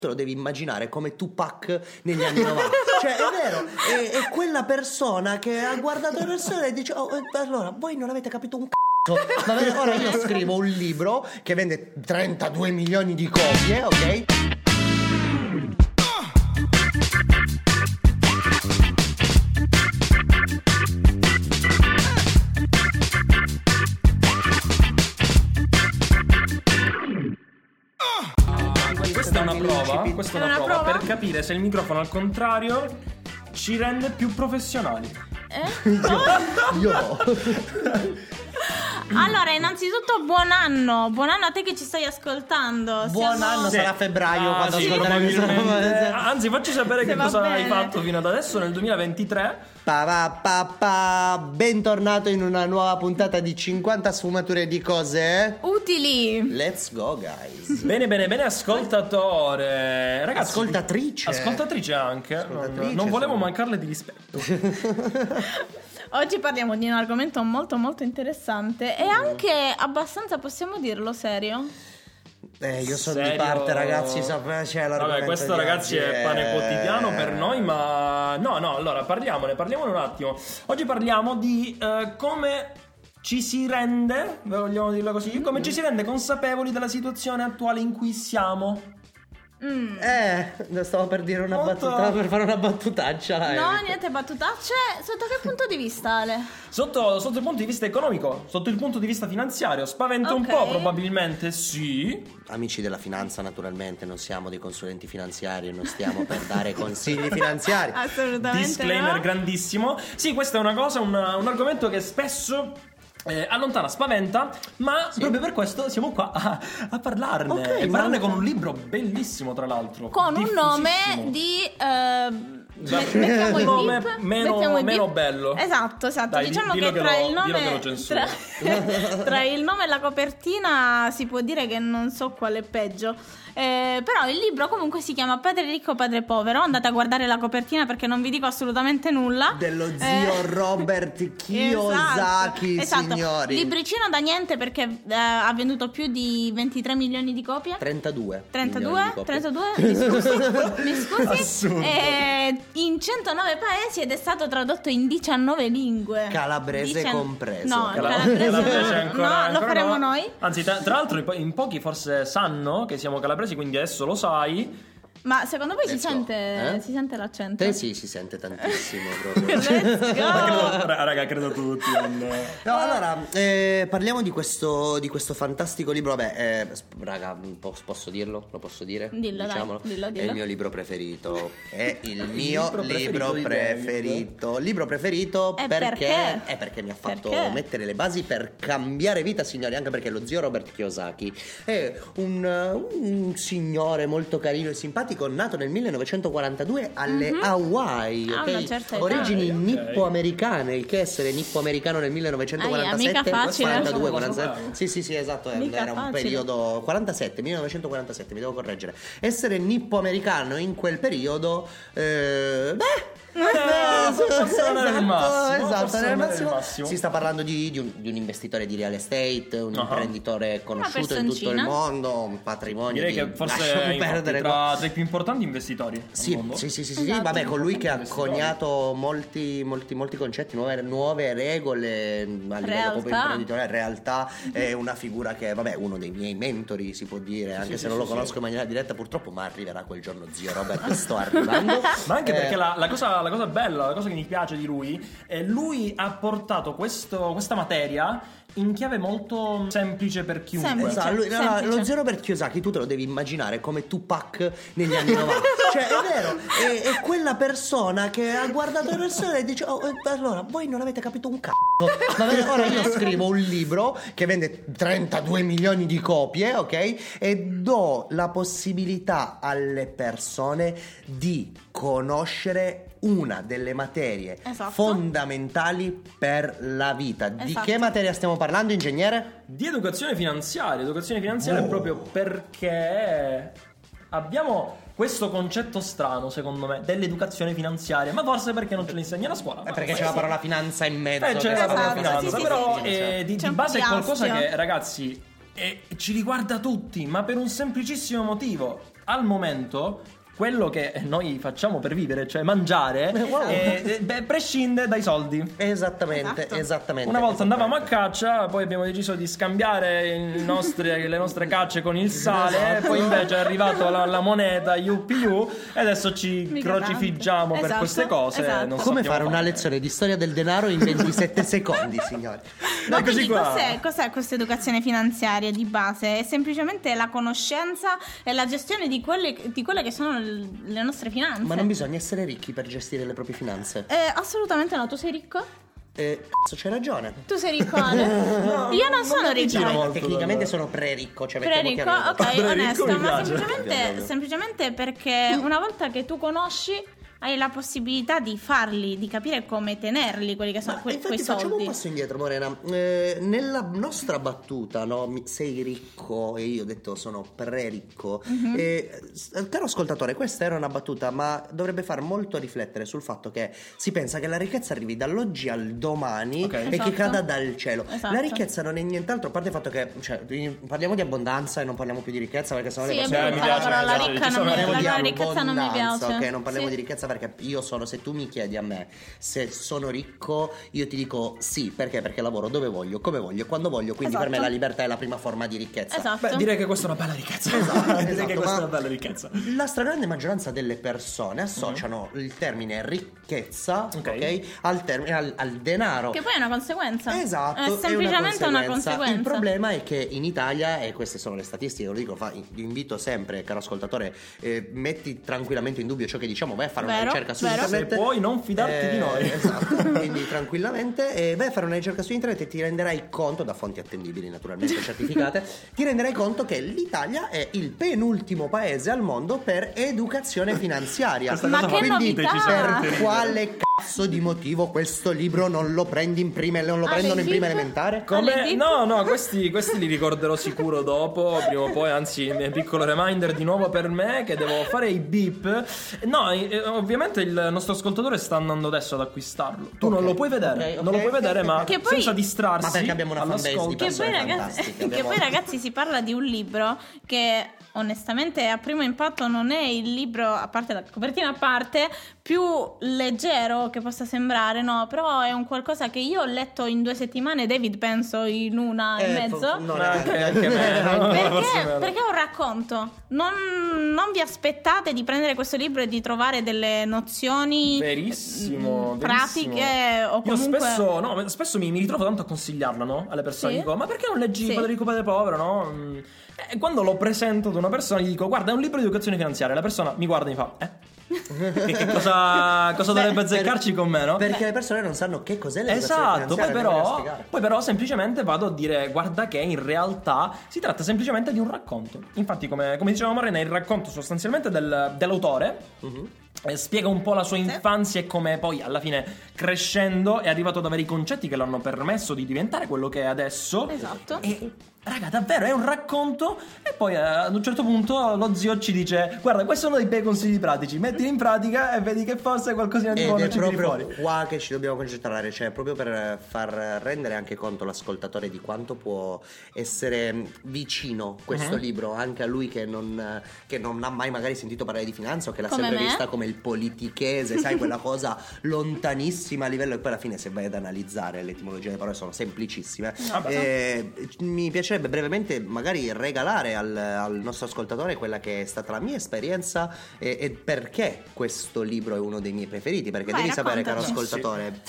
te lo devi immaginare come Tupac negli anni 90. Cioè, è vero, è quella persona che ha guardato le persone e dice: allora, voi non avete capito un c***o. Va bene, ora io scrivo un libro che vende 32 milioni di copie, ok? Questa è una prova per capire se il microfono al contrario ci rende più professionali. Io no. Allora, innanzitutto buon anno a te che ci stai ascoltando. Buon anno, sarà febbraio quando sì, ascolterai. Anzi, facci sapere che cosa hai fatto fino ad adesso nel 2023. Bentornato in una nuova puntata di 50 sfumature di cose utili. Let's go, guys. Bene, ascoltatore. Ragazzi, ascoltatrice anche. Non volevo mancarle di rispetto. Oggi parliamo di un argomento molto molto interessante e anche abbastanza, possiamo dirlo, serio. Io sono di parte, ragazzi. Vabbè, questo ragazzi è pane quotidiano per noi, ma no, allora parliamone un attimo. Oggi parliamo di come ci si rende, vogliamo dirlo così, come ci si rende consapevoli della situazione attuale in cui siamo. Stavo per dire una battuta, per fare una battutaccia. No, niente battutacce. Sotto che punto di vista, Ale? Sotto il punto di vista economico, sotto il punto di vista finanziario. Spaventa un po', probabilmente, sì. Amici della finanza, naturalmente, non siamo dei consulenti finanziari, non stiamo per dare consigli finanziari. Assolutamente. Disclaimer no. Grandissimo. Sì, questa è una cosa, un argomento che spesso allontana, spaventa, ma proprio per questo siamo qua a parlarne. E parlarne con un libro bellissimo, tra l'altro. Con un nome di mettiamo il nome beep, meno bello. Esatto. Dai, diciamo dillo che tra il dillo nome che lo censuro. tra il nome e la copertina si può dire che non so quale è peggio. Però il libro comunque si chiama Padre ricco, padre povero. Andate a guardare la copertina perché non vi dico assolutamente nulla. Dello zio Robert Kiyosaki, esatto. Signori. Libricino da niente perché ha venduto più di 23 milioni di copie. 32 mi scusi. Assurdo. In 109 paesi ed è stato tradotto in 19 lingue. Calabrese compreso. No, Calabrese ancora, lo faremo noi. Anzi, tra l'altro in pochi forse sanno che siamo calabresi, quindi adesso lo sai. Ma secondo voi si sente l'accento? Si sente tantissimo proprio. Let's go. Raga, credo tutti. No, allora, parliamo di questo fantastico libro. Vabbè, raga, posso dirlo? Lo posso dire? Dillo, diciamolo. Dillo. È il mio libro preferito. È il mio libro preferito. Libro preferito perché mi ha fatto mettere le basi per cambiare vita, signori. Anche perché lo zio Robert Kiyosaki è un signore molto carino e simpatico, nato nel 1942 alle Hawaii, origini nippo-americane, il che essere nippo-americano nel 1947, 42, 47. Sì, esatto, era un periodo 1947, mi devo correggere. Essere nippo-americano in quel periodo, nel massimo. Si sta parlando di un investitore di real estate, un imprenditore conosciuto in tutto il mondo, un patrimonio. Direi che forse è tra i più importanti investitori. Sì. Esatto. Vabbè, colui che ha coniato molti concetti, nuove regole a livello proprio imprenditoriale, realtà. È una figura che, vabbè, uno dei miei mentori, si può dire, anche se non lo conosco in maniera diretta purtroppo, ma arriverà quel giorno, zio Robert, sto arrivando. Ma anche perché la cosa bella, la cosa che mi piace di lui è lui ha portato questa materia in chiave molto semplice per chiunque. Esatto, lo zio Robert Kiyosaki tu te lo devi immaginare come Tupac negli anni 90. Cioè, è vero, è quella persona che ha guardato le persone e dice: allora, voi non avete capito un c***o. Va bene, ora io scrivo un libro che vende 32 milioni di copie, ok? E do la possibilità alle persone di conoscere una delle materie fondamentali per la vita. Di che materia stiamo parlando, ingegnere? Di educazione finanziaria. Proprio perché abbiamo questo concetto strano, secondo me, dell'educazione finanziaria, ma forse perché non ce lo insegna a scuola. Perché c'è la parola finanza in mezzo. C'è la parola finanza, però di c'è base è qualcosa che, ragazzi, ci riguarda tutti, ma per un semplicissimo motivo. al momento quello che noi facciamo per vivere, cioè mangiare, prescinde dai soldi. Esattamente. Una volta andavamo a caccia, poi abbiamo deciso di scambiare le nostre cacce con il sale, poi invece è arrivato la moneta UPU e adesso ci crocifiggiamo per queste cose. Non come fare una lezione di storia del denaro in 27 secondi, signori? Ma quindi cos'è questa educazione finanziaria di base? È semplicemente la conoscenza e la gestione di quelle che sono le nostre finanze. Ma non bisogna essere ricchi per gestire le proprie finanze. Assolutamente no. Tu sei ricco? Cazzo, c'hai ragione. Tu sei ricco, Ale? No, io non sono ricco. Tecnicamente sono pre-ricco, cioè pre-ricco, ok, onesto, ma semplicemente perché una volta che tu conosci hai la possibilità di farli, di capire come tenerli, quelli che sono quei soldi. Facciamo un passo indietro, Morena. Nella nostra battuta, no, sei ricco e io ho detto sono pre-ricco. Caro ascoltatore, questa era una battuta, ma dovrebbe far molto riflettere sul fatto che si pensa che la ricchezza arrivi dall'oggi al domani e che cada dal cielo. Esatto. La ricchezza non è nient'altro, a parte il fatto che parliamo di abbondanza e non parliamo più di ricchezza, perché sennò sì, le persone la parola ricchezza non mi piace. Ok, non parliamo di ricchezza perché se tu mi chiedi a me se sono ricco, io ti dico sì, perché lavoro dove voglio, come voglio, quando voglio, quindi per me la libertà è la prima forma di ricchezza. Esatto. Beh, direi che questa è una bella ricchezza. Direi che questa è una bella ricchezza. La stragrande maggioranza delle persone associano il termine ricchezza al denaro, che poi è una conseguenza. Esatto, è semplicemente una conseguenza. Il problema è che in Italia, e queste sono le statistiche, lo dico, vi invito sempre, caro ascoltatore, metti tranquillamente in dubbio ciò che diciamo, vai a fare una ricerca su internet. Se puoi non fidarti di noi. Esatto, quindi tranquillamente vai a fare una ricerca su internet e ti renderai conto, da fonti attendibili naturalmente certificate, ti renderai conto che l'Italia è il penultimo paese al mondo per educazione finanziaria. Ma che quindi novità! Per quale cazzo di motivo questo libro non lo prendi in prima prendono in prima elementare? Come? No, questi li ricorderò sicuro dopo, prima o poi, anzi, un piccolo reminder di nuovo per me che devo fare i beep. No, ovviamente il nostro ascoltatore sta andando adesso ad acquistarlo. Tu non lo puoi vedere, non lo puoi vedere, ma che poi, senza distrarsi. Ma perché abbiamo una fanbase di persone fantastiche. Che poi, ragazzi, si parla di un libro che onestamente a primo impatto non è il libro, a parte la copertina a parte, più leggero che possa sembrare, no, però è un qualcosa che io ho letto in 2 settimane, David penso in una e mezzo. Anche meno. Perché è un racconto. Non vi aspettate di prendere questo libro e di trovare delle nozioni verissimo, pratiche o comunque... Io spesso mi ritrovo tanto a consigliarlo, no? Alle persone, dico, ma perché non leggi Padre ricco, Padre povero, no? E quando lo presento ad una persona gli dico, guarda, è un libro di educazione finanziaria. La persona mi guarda e mi fa, che cosa dovrebbe azzeccarci con me, no? Perché le persone non sanno che cos'è l'educazione finanziaria. Poi però semplicemente vado a dire, guarda che in realtà si tratta semplicemente di un racconto. Infatti, come diceva Morena, il racconto sostanzialmente dell'autore spiega un po' la sua infanzia e come poi alla fine crescendo è arrivato ad avere i concetti che l'hanno permesso di diventare quello che è adesso. Esatto. E raga, davvero è un racconto. E poi ad un certo punto lo zio ci dice, guarda, questi sono dei bei consigli pratici, mettili in pratica e vedi che forse qualcosina di buono ci tiri fuori. Ed è proprio qua che ci dobbiamo concentrare, cioè proprio per far rendere anche conto l'ascoltatore di quanto può essere vicino questo libro anche a lui che non ha mai magari sentito parlare di finanza, o che l'ha sempre vista come il politichese, sai, quella cosa lontanissima a livello, e poi alla fine se vai ad analizzare l'etimologia delle parole sono semplicissime. Mi piacerebbe brevemente magari regalare al nostro ascoltatore quella che è stata la mia esperienza e perché questo libro è uno dei miei preferiti, perché devi sapere, caro ascoltatore,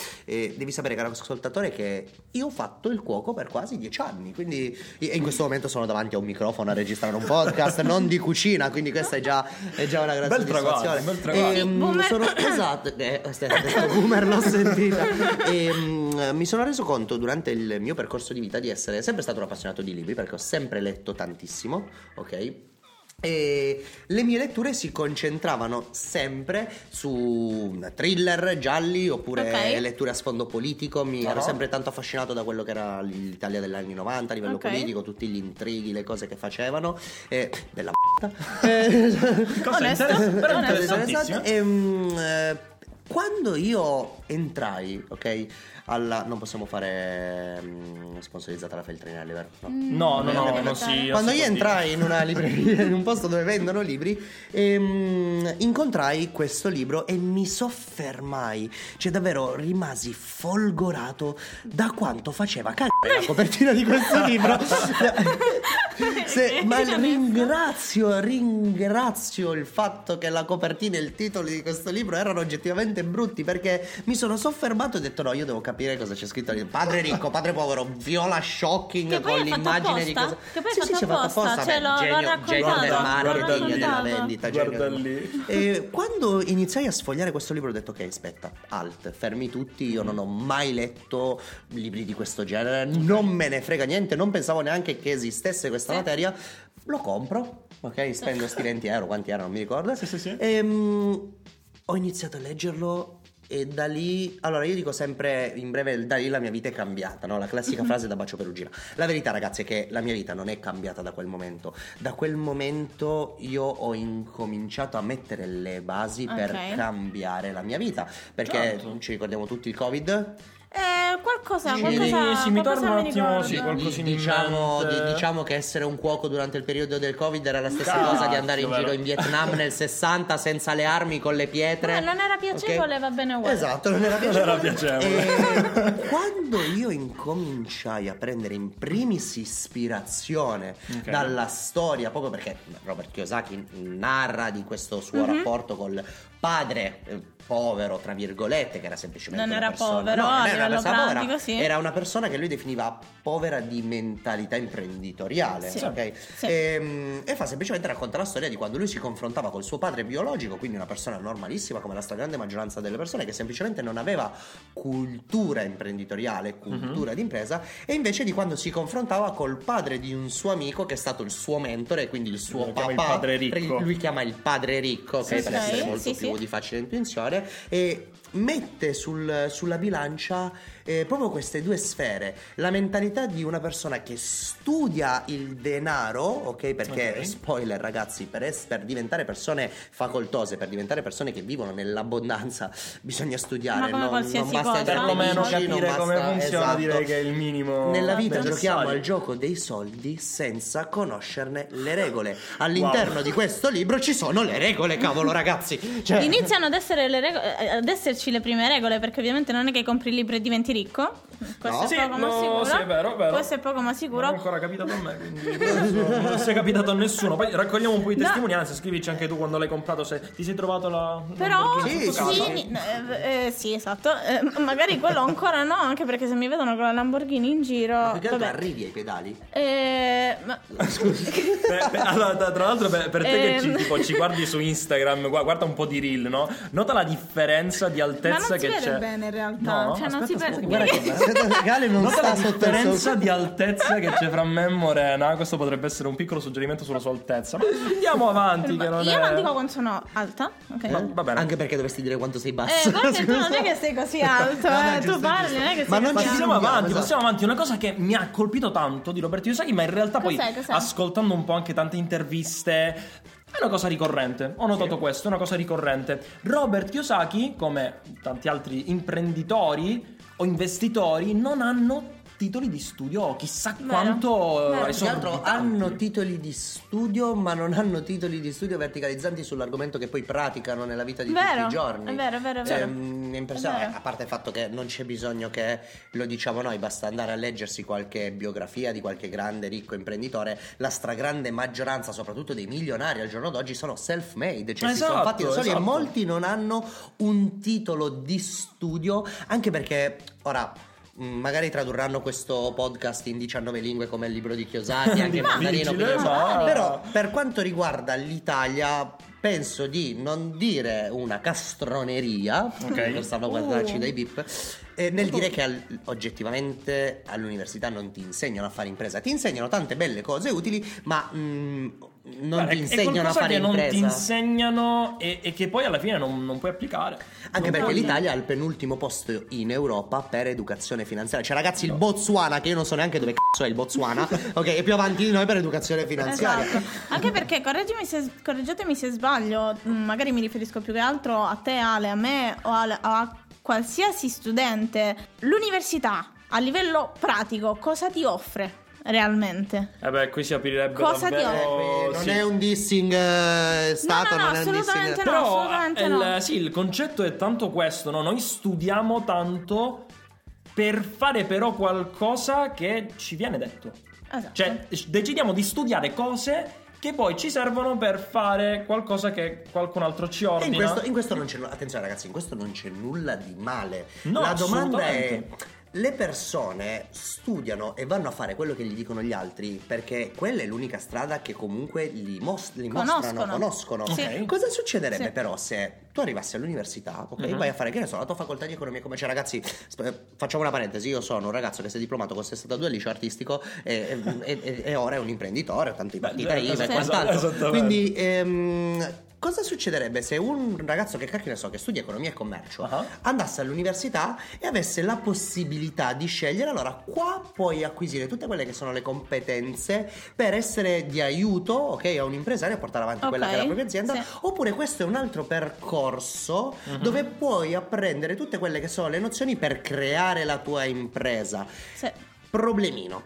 che io ho fatto il cuoco per quasi 10 anni, quindi in questo momento sono davanti a un microfono a registrare un podcast non di cucina, quindi questa è già una gran soddisfazione. Bel traguardo. Sono esatto, boomer, l'ho sentita. Mi sono reso conto durante il mio percorso di vita di essere sempre stato un appassionato di libri, perché ho sempre letto tantissimo, ok? E le mie letture si concentravano sempre su thriller gialli oppure letture a sfondo politico. Ero sempre tanto affascinato da quello che era l'Italia degli anni 90 a livello politico, tutti gli intrighi, le cose che facevano, della onesto. Quando io entrai, ok, non possiamo fare sponsorizzata la Feltrinelli, vero? No, non si. Quando io entrai in una libreria, in un posto dove vendono libri, incontrai questo libro e mi soffermai, cioè davvero rimasi folgorato da quanto faceva cagare la copertina di questo libro. Ma ringrazio il fatto che la copertina e il titolo di questo libro erano oggettivamente brutti, perché mi sono soffermato e ho detto no, io devo capire cosa c'è scritto lì. Padre ricco, padre povero, viola shocking con l'immagine di cosa. Che poi è fatto apposta, cioè genio del marketing, della vendita. Guarda lì. E quando iniziai a sfogliare questo libro ho detto ok, aspetta, alt, fermi tutti, io non ho mai letto libri di questo genere, non me ne frega niente, non pensavo neanche che esistesse questa materia, lo compro, ok, spendo sti 20 euro, quanti erano, non mi ricordo. Sì. Ho iniziato a leggerlo e da lì, allora io dico sempre in breve, da lì la mia vita è cambiata, no? La classica frase da Bacio Perugina. La verità, ragazzi, è che la mia vita non è cambiata da quel momento. Da quel momento io ho incominciato a mettere le basi per cambiare la mia vita, perché ci ricordiamo tutti il Covid. Qualcosa mi torna un attimo, diciamo che essere un cuoco durante il periodo del Covid era la stessa cosa di andare in giro in Vietnam nel 60 senza le armi, con le pietre. Non era piacevole, va bene uguale. Esatto, non era piacevole. E quando io incominciai a prendere in primis ispirazione dalla storia, proprio perché Robert Kiyosaki narra di questo suo rapporto col padre povero, tra virgolette, che era semplicemente non una era persona, povero, non era una persona pratico, povera, sì. Era una persona che lui definiva povera di mentalità imprenditoriale, sì. ok? Sì. E fa semplicemente racconta la storia di quando lui si confrontava col suo padre biologico, quindi una persona normalissima come la stragrande maggioranza delle persone, che semplicemente non aveva cultura imprenditoriale, cultura d'impresa, e invece di quando si confrontava col padre di un suo amico che è stato il suo mentore, quindi il suo papà, il padre ricco. lui chiama il padre ricco, okay, per essere molto più di facile intuizione, e mette sulla bilancia proprio queste due sfere: la mentalità di una persona che studia il denaro, ok? Perché spoiler, ragazzi, per diventare persone facoltose, per diventare persone che vivono nell'abbondanza, bisogna studiare, non basta perlomeno capire come funziona, esatto. Direi che è il minimo. Nella vita giochiamo al gioco dei soldi senza conoscerne le regole. All'interno di questo libro ci sono le regole, cavolo, ragazzi, cioè... Iniziano ad essere ad esserci le prime regole, perché ovviamente non è che compri il libro e diventi ricco. Questo è poco ma sicuro. Sì, è vero. Questo è poco ma sicuro. Non è ancora capitato a me, quindi non si è capitato a nessuno. Poi raccogliamo un po' di testimonianze, scrivici anche tu quando l'hai comprato, se ti sei trovato la però sì, esatto. Magari quello ancora no, anche perché se mi vedono con la Lamborghini in giro, ma perché tu arrivi ai pedali? Scusi. Allora, tra l'altro per te che ci guardi su Instagram, guarda un po' di reel, no? Nota la differenza di altezza che c'è. Ma non si vede bene in realtà, no? Cioè non si vede. Guarda che legale non nota sta la sotto differenza di altezza che c'è fra me e Morena. Questo potrebbe essere un piccolo suggerimento sulla sua altezza. Ma andiamo avanti, che non io non dico quanto sono alta, ok? Va bene. Anche perché dovresti dire quanto sei basso. Perché tu non è che sei così alto, tu parli, non è che sei non così ci alto. Passiamo avanti. Una cosa che mi ha colpito tanto di Robert Kiyosaki, ma in realtà poi ascoltando un po' anche tante interviste, è una cosa ricorrente. Ho notato questo, è una cosa ricorrente. Robert Kiyosaki, come tanti altri imprenditori o investitori, non hanno titoli di studio chissà quanto Più altro hanno titoli di studio, ma non hanno titoli di studio verticalizzanti sull'argomento che poi praticano nella vita di tutti i giorni. È vero. A parte il fatto che non c'è bisogno che lo diciamo noi, basta andare a leggersi qualche biografia di qualche grande ricco imprenditore. La stragrande maggioranza, soprattutto dei milionari al giorno d'oggi, sono self-made, cioè si sono fatti da soli, e molti non hanno un titolo di studio, anche perché ora magari tradurranno questo podcast in 19 lingue come il libro di Kiyosaki, anche in mandarino, però per quanto riguarda l'Italia penso di non dire una castroneria, stavo a guardarci dai bip, nel dire che oggettivamente all'università non ti insegnano a fare impresa, ti insegnano tante belle cose utili, ma non ti insegnano a fare impresa. Non ti insegnano e che poi alla fine non puoi applicare. Anche perché l'Italia è al penultimo posto in Europa per educazione finanziaria. Cioè ragazzi, il Botswana, che io non so neanche dove cazzo è il Botswana, ok, è più avanti di noi per educazione finanziaria. Esatto. Anche perché, correggetemi se sbaglio, magari mi riferisco più che altro a te Ale, a me o a qualsiasi studente. L'università a livello pratico cosa ti offre realmente? Qui si aprirebbe cosa davvero... ti non è un dissing stato, no, non è un dissing. Però sì, il concetto è tanto questo, no? Noi studiamo tanto per fare però qualcosa che ci viene detto. Esatto. Cioè decidiamo di studiare cose che poi ci servono per fare qualcosa che qualcun altro ci ordina. In questo non c'è, attenzione ragazzi, in questo non c'è nulla di male. No, la domanda è: le persone studiano e vanno a fare quello che gli dicono gli altri perché quella è l'unica strada che comunque li conoscono. Sì. Cosa succederebbe però se tu arrivassi all'università, ok, vai a fare, che ne so, la tua facoltà di economia e commercio? Ragazzi, facciamo una parentesi, io sono un ragazzo che si è diplomato con 62 al liceo artistico e ora è un imprenditore, ho tante partite IVA e quant'altro. Quindi cosa succederebbe se un ragazzo che cacchio ne so, che studia economia e commercio, andasse all'università e avesse la possibilità di scegliere? Allora qua puoi acquisire tutte quelle che sono le competenze per essere di aiuto, ok, a un impresario a portare avanti quella che è la propria azienda, oppure questo è un altro percorso dove puoi apprendere tutte quelle che sono le nozioni per creare la tua impresa. Problemino: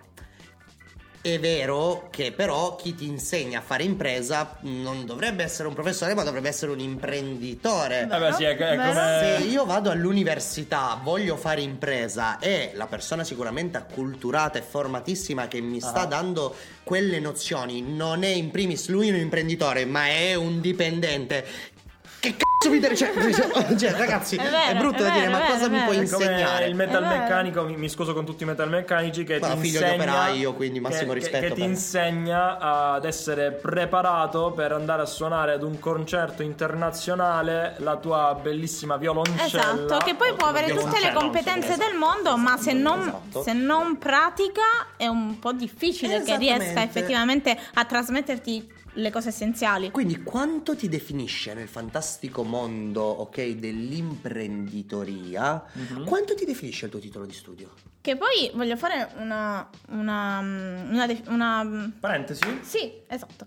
è vero che però chi ti insegna a fare impresa non dovrebbe essere un professore, ma dovrebbe essere un imprenditore. Se io vado all'università, voglio fare impresa e la persona sicuramente acculturata e formatissima che mi sta dando quelle nozioni non è in primis lui un imprenditore, ma è un dipendente, che cazzo mi deve... cioè ragazzi, è brutto da dire, ma cosa mi puoi insegnare? Il metalmeccanico, mi scuso con tutti i metalmeccanici, che ti figlio insegna, di operaio, quindi massimo rispetto, che ti insegna ad essere preparato per andare a suonare ad un concerto internazionale la tua bellissima violoncella. Esatto, che poi può avere tutte le competenze del mondo, ma se non pratica è un po' difficile che riesca effettivamente a trasmetterti le cose essenziali. Quindi quanto ti definisce nel fantastico mondo, ok, dell'imprenditoria, quanto ti definisce il tuo titolo di studio? Che poi voglio fare una parentesi? Sì, esatto.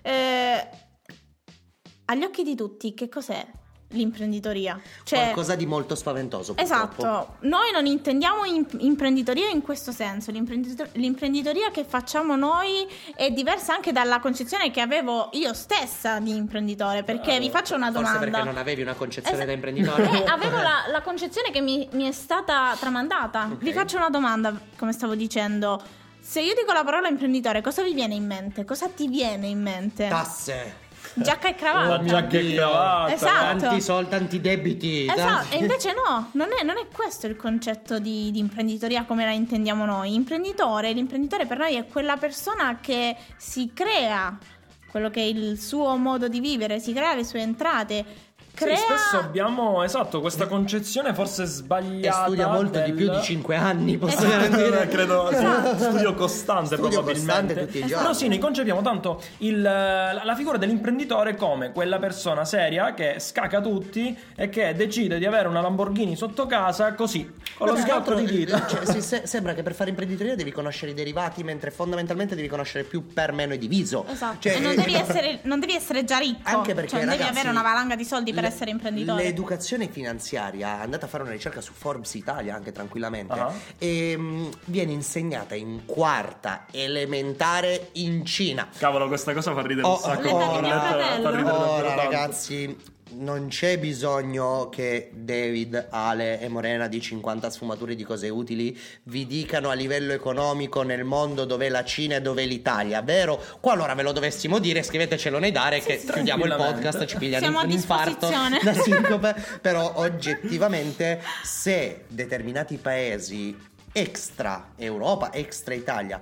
Agli occhi di tutti, che cos'è l'imprenditoria? Cioè, qualcosa di molto spaventoso, purtroppo. Esatto. Noi non intendiamo imprenditoria in questo senso. L'imprenditoria che facciamo noi è diversa anche dalla concezione che avevo io stessa di imprenditore. Perché vi faccio una domanda. Forse perché non avevi una concezione da imprenditore. Avevo la concezione che mi è stata tramandata. Vi faccio una domanda, come stavo dicendo. Se io dico la parola imprenditore, cosa vi viene in mente? Cosa ti viene in mente? Tasse. Giacca e cravatta. Giacca e cravatta. Esatto. Tanti soldi, tanti debiti. Esatto. E invece no, non è questo il concetto di imprenditoria come la intendiamo noi. L'imprenditore per noi è quella persona che si crea quello che è il suo modo di vivere, si crea le sue entrate. Spesso abbiamo questa concezione forse sbagliata. E studia molto di più di 5 anni, posso dire. Credo studio costante, probabilmente. Tutti i giorni. Però sì, noi concepiamo tanto la figura dell'imprenditore come quella persona seria che scacca tutti e che decide di avere una Lamborghini sotto casa così, con lo schiocco di dita. Sembra che per fare imprenditoria devi conoscere i derivati, mentre fondamentalmente devi conoscere più per meno e diviso. Esatto. E non devi essere già ricco. Anche perché, non ragazzi, devi avere una valanga di soldi per essere imprenditore. L'educazione finanziaria, andate a fare una ricerca su Forbes Italia anche tranquillamente, e viene insegnata in quarta elementare in Cina. Cavolo, questa cosa fa ridere un sacco. Ora ragazzi, non c'è bisogno che David, Ale e Morena di 50 sfumature di cose utili vi dicano a livello economico nel mondo dov'è la Cina e dov'è l'Italia, vero? Qualora ve lo dovessimo dire, scrivetecelo nei Dare, che chiudiamo il podcast, ci pigliano un infarto da sincope. Però oggettivamente, se determinati paesi extra Europa, extra Italia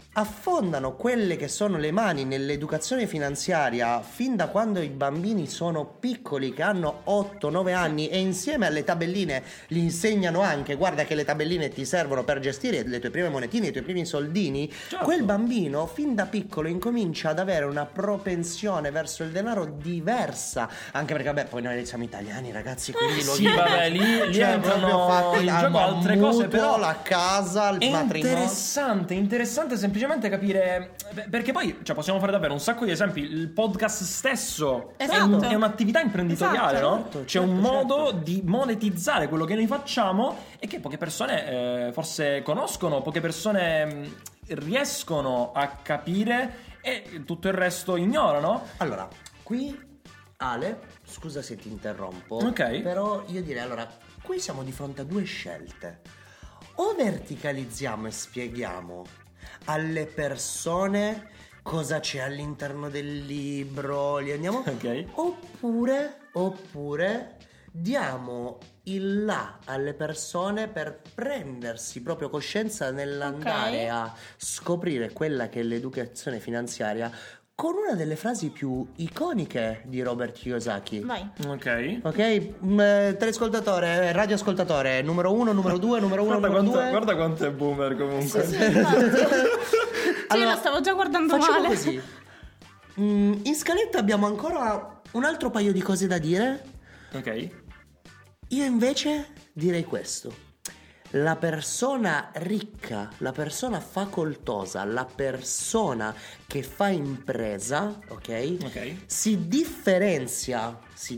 affondano quelle che sono le mani nell'educazione finanziaria fin da quando i bambini sono piccoli, che hanno 8-9 anni, e insieme alle tabelline gli insegnano anche: guarda che le tabelline ti servono per gestire le tue prime monetine, i tuoi primi soldini. Certo. Quel bambino fin da piccolo incomincia ad avere una propensione verso il denaro diversa, anche perché vabbè, poi noi siamo italiani, ragazzi, quindi sì, vabbè, lì entrano in gioco altre cose, però la casa, il matrimonio. Interessante semplicemente capire, perché poi possiamo fare davvero un sacco di esempi. Il podcast stesso è un'attività imprenditoriale, no? Certo, c'è un modo di monetizzare quello che noi facciamo e che poche persone forse conoscono, poche persone riescono a capire e tutto il resto ignorano. Allora, qui Ale, scusa se ti interrompo, ok, però io direi, allora, qui siamo di fronte a due scelte: o verticalizziamo e spieghiamo alle persone cosa c'è all'interno del libro, li andiamo, okay, oppure diamo il là alle persone per prendersi proprio coscienza nell'andare a scoprire quella che è l'educazione finanziaria, con una delle frasi più iconiche di Robert Kiyosaki. Vai. Ok, teleascoltatore, radioascoltatore, numero 1, numero 2, numero 1, numero 2. Guarda quanto è boomer comunque. Sì, allora, lo stavo già guardando facciamo male. Così. In scaletta abbiamo ancora un altro paio di cose da dire. Ok. Io invece direi questo: la persona ricca, la persona facoltosa, la persona che fa impresa, ok? Si differenzia,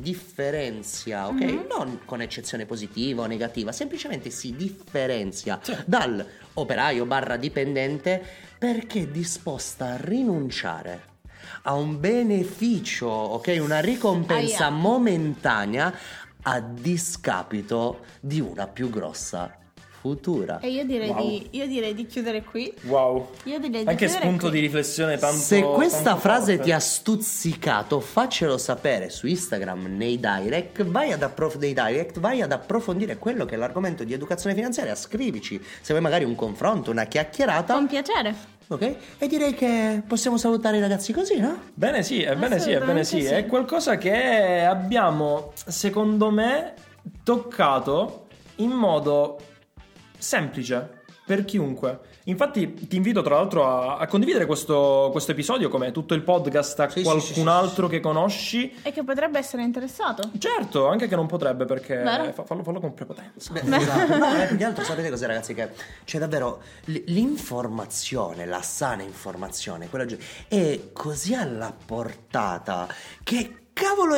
ok? Mm-hmm. Non con eccezione positiva o negativa, semplicemente si differenzia dal operaio / dipendente, perché è disposta a rinunciare a un beneficio, ok? Una ricompensa momentanea a discapito di una più grossa futura. E io direi di chiudere qui. Wow. Io direi di anche spunto qui. di riflessione tanto. Se questa tanto frase forte ti ha stuzzicato, faccelo sapere su Instagram nei direct, vai ad approfondire quello che è l'argomento di educazione finanziaria, scrivici se vuoi magari un confronto, una chiacchierata. Con piacere. Ok? E direi che possiamo salutare i ragazzi così, no? Ebbene sì. È qualcosa che abbiamo, secondo me, toccato in modo semplice per chiunque. Infatti ti invito tra l'altro a condividere questo episodio, come tutto il podcast, a qualcun altro che conosci e che potrebbe essere interessato. Certo, anche che non potrebbe, perché fallo con prepotenza. Esatto. No, più che altro sapete cos'è, ragazzi, che c'è davvero l'informazione, la sana informazione, quella è così alla portata che cavolo,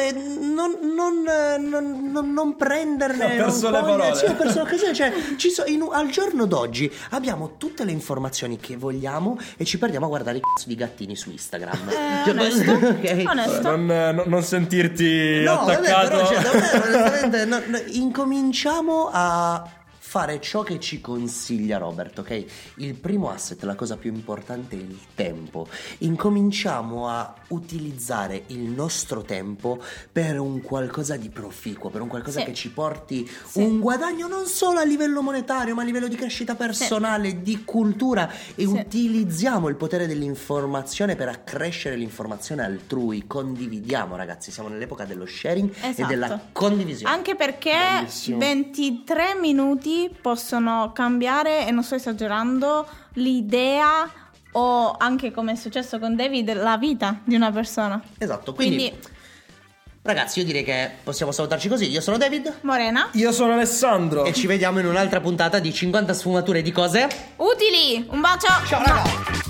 non prenderne. Ho perso le parole. Sì, ho perso l'occasione. Cioè, al giorno d'oggi abbiamo tutte le informazioni che vogliamo e ci perdiamo a guardare i cazzo di gattini su Instagram. Onesto. Non sentirti attaccato. Vabbè, però, davvero, incominciamo a fare ciò che ci consiglia Robert, ok? Il primo asset, la cosa più importante è il tempo. Incominciamo a utilizzare il nostro tempo per un qualcosa di proficuo, per un qualcosa che ci porti un guadagno non solo a livello monetario, ma a livello di crescita personale, di cultura, e utilizziamo il potere dell'informazione per accrescere l'informazione altrui. Condividiamo, ragazzi, siamo nell'epoca dello sharing e della condivisione. Anche perché 23 minuti possono cambiare, e non sto esagerando, l'idea o anche, come è successo con David, la vita di una persona. Esatto, quindi ragazzi, io direi che possiamo salutarci così. Io sono David Morena. Io sono Alessandro e ci vediamo in un'altra puntata di 50 sfumature di cose utili. Un bacio. Ciao ragazzi.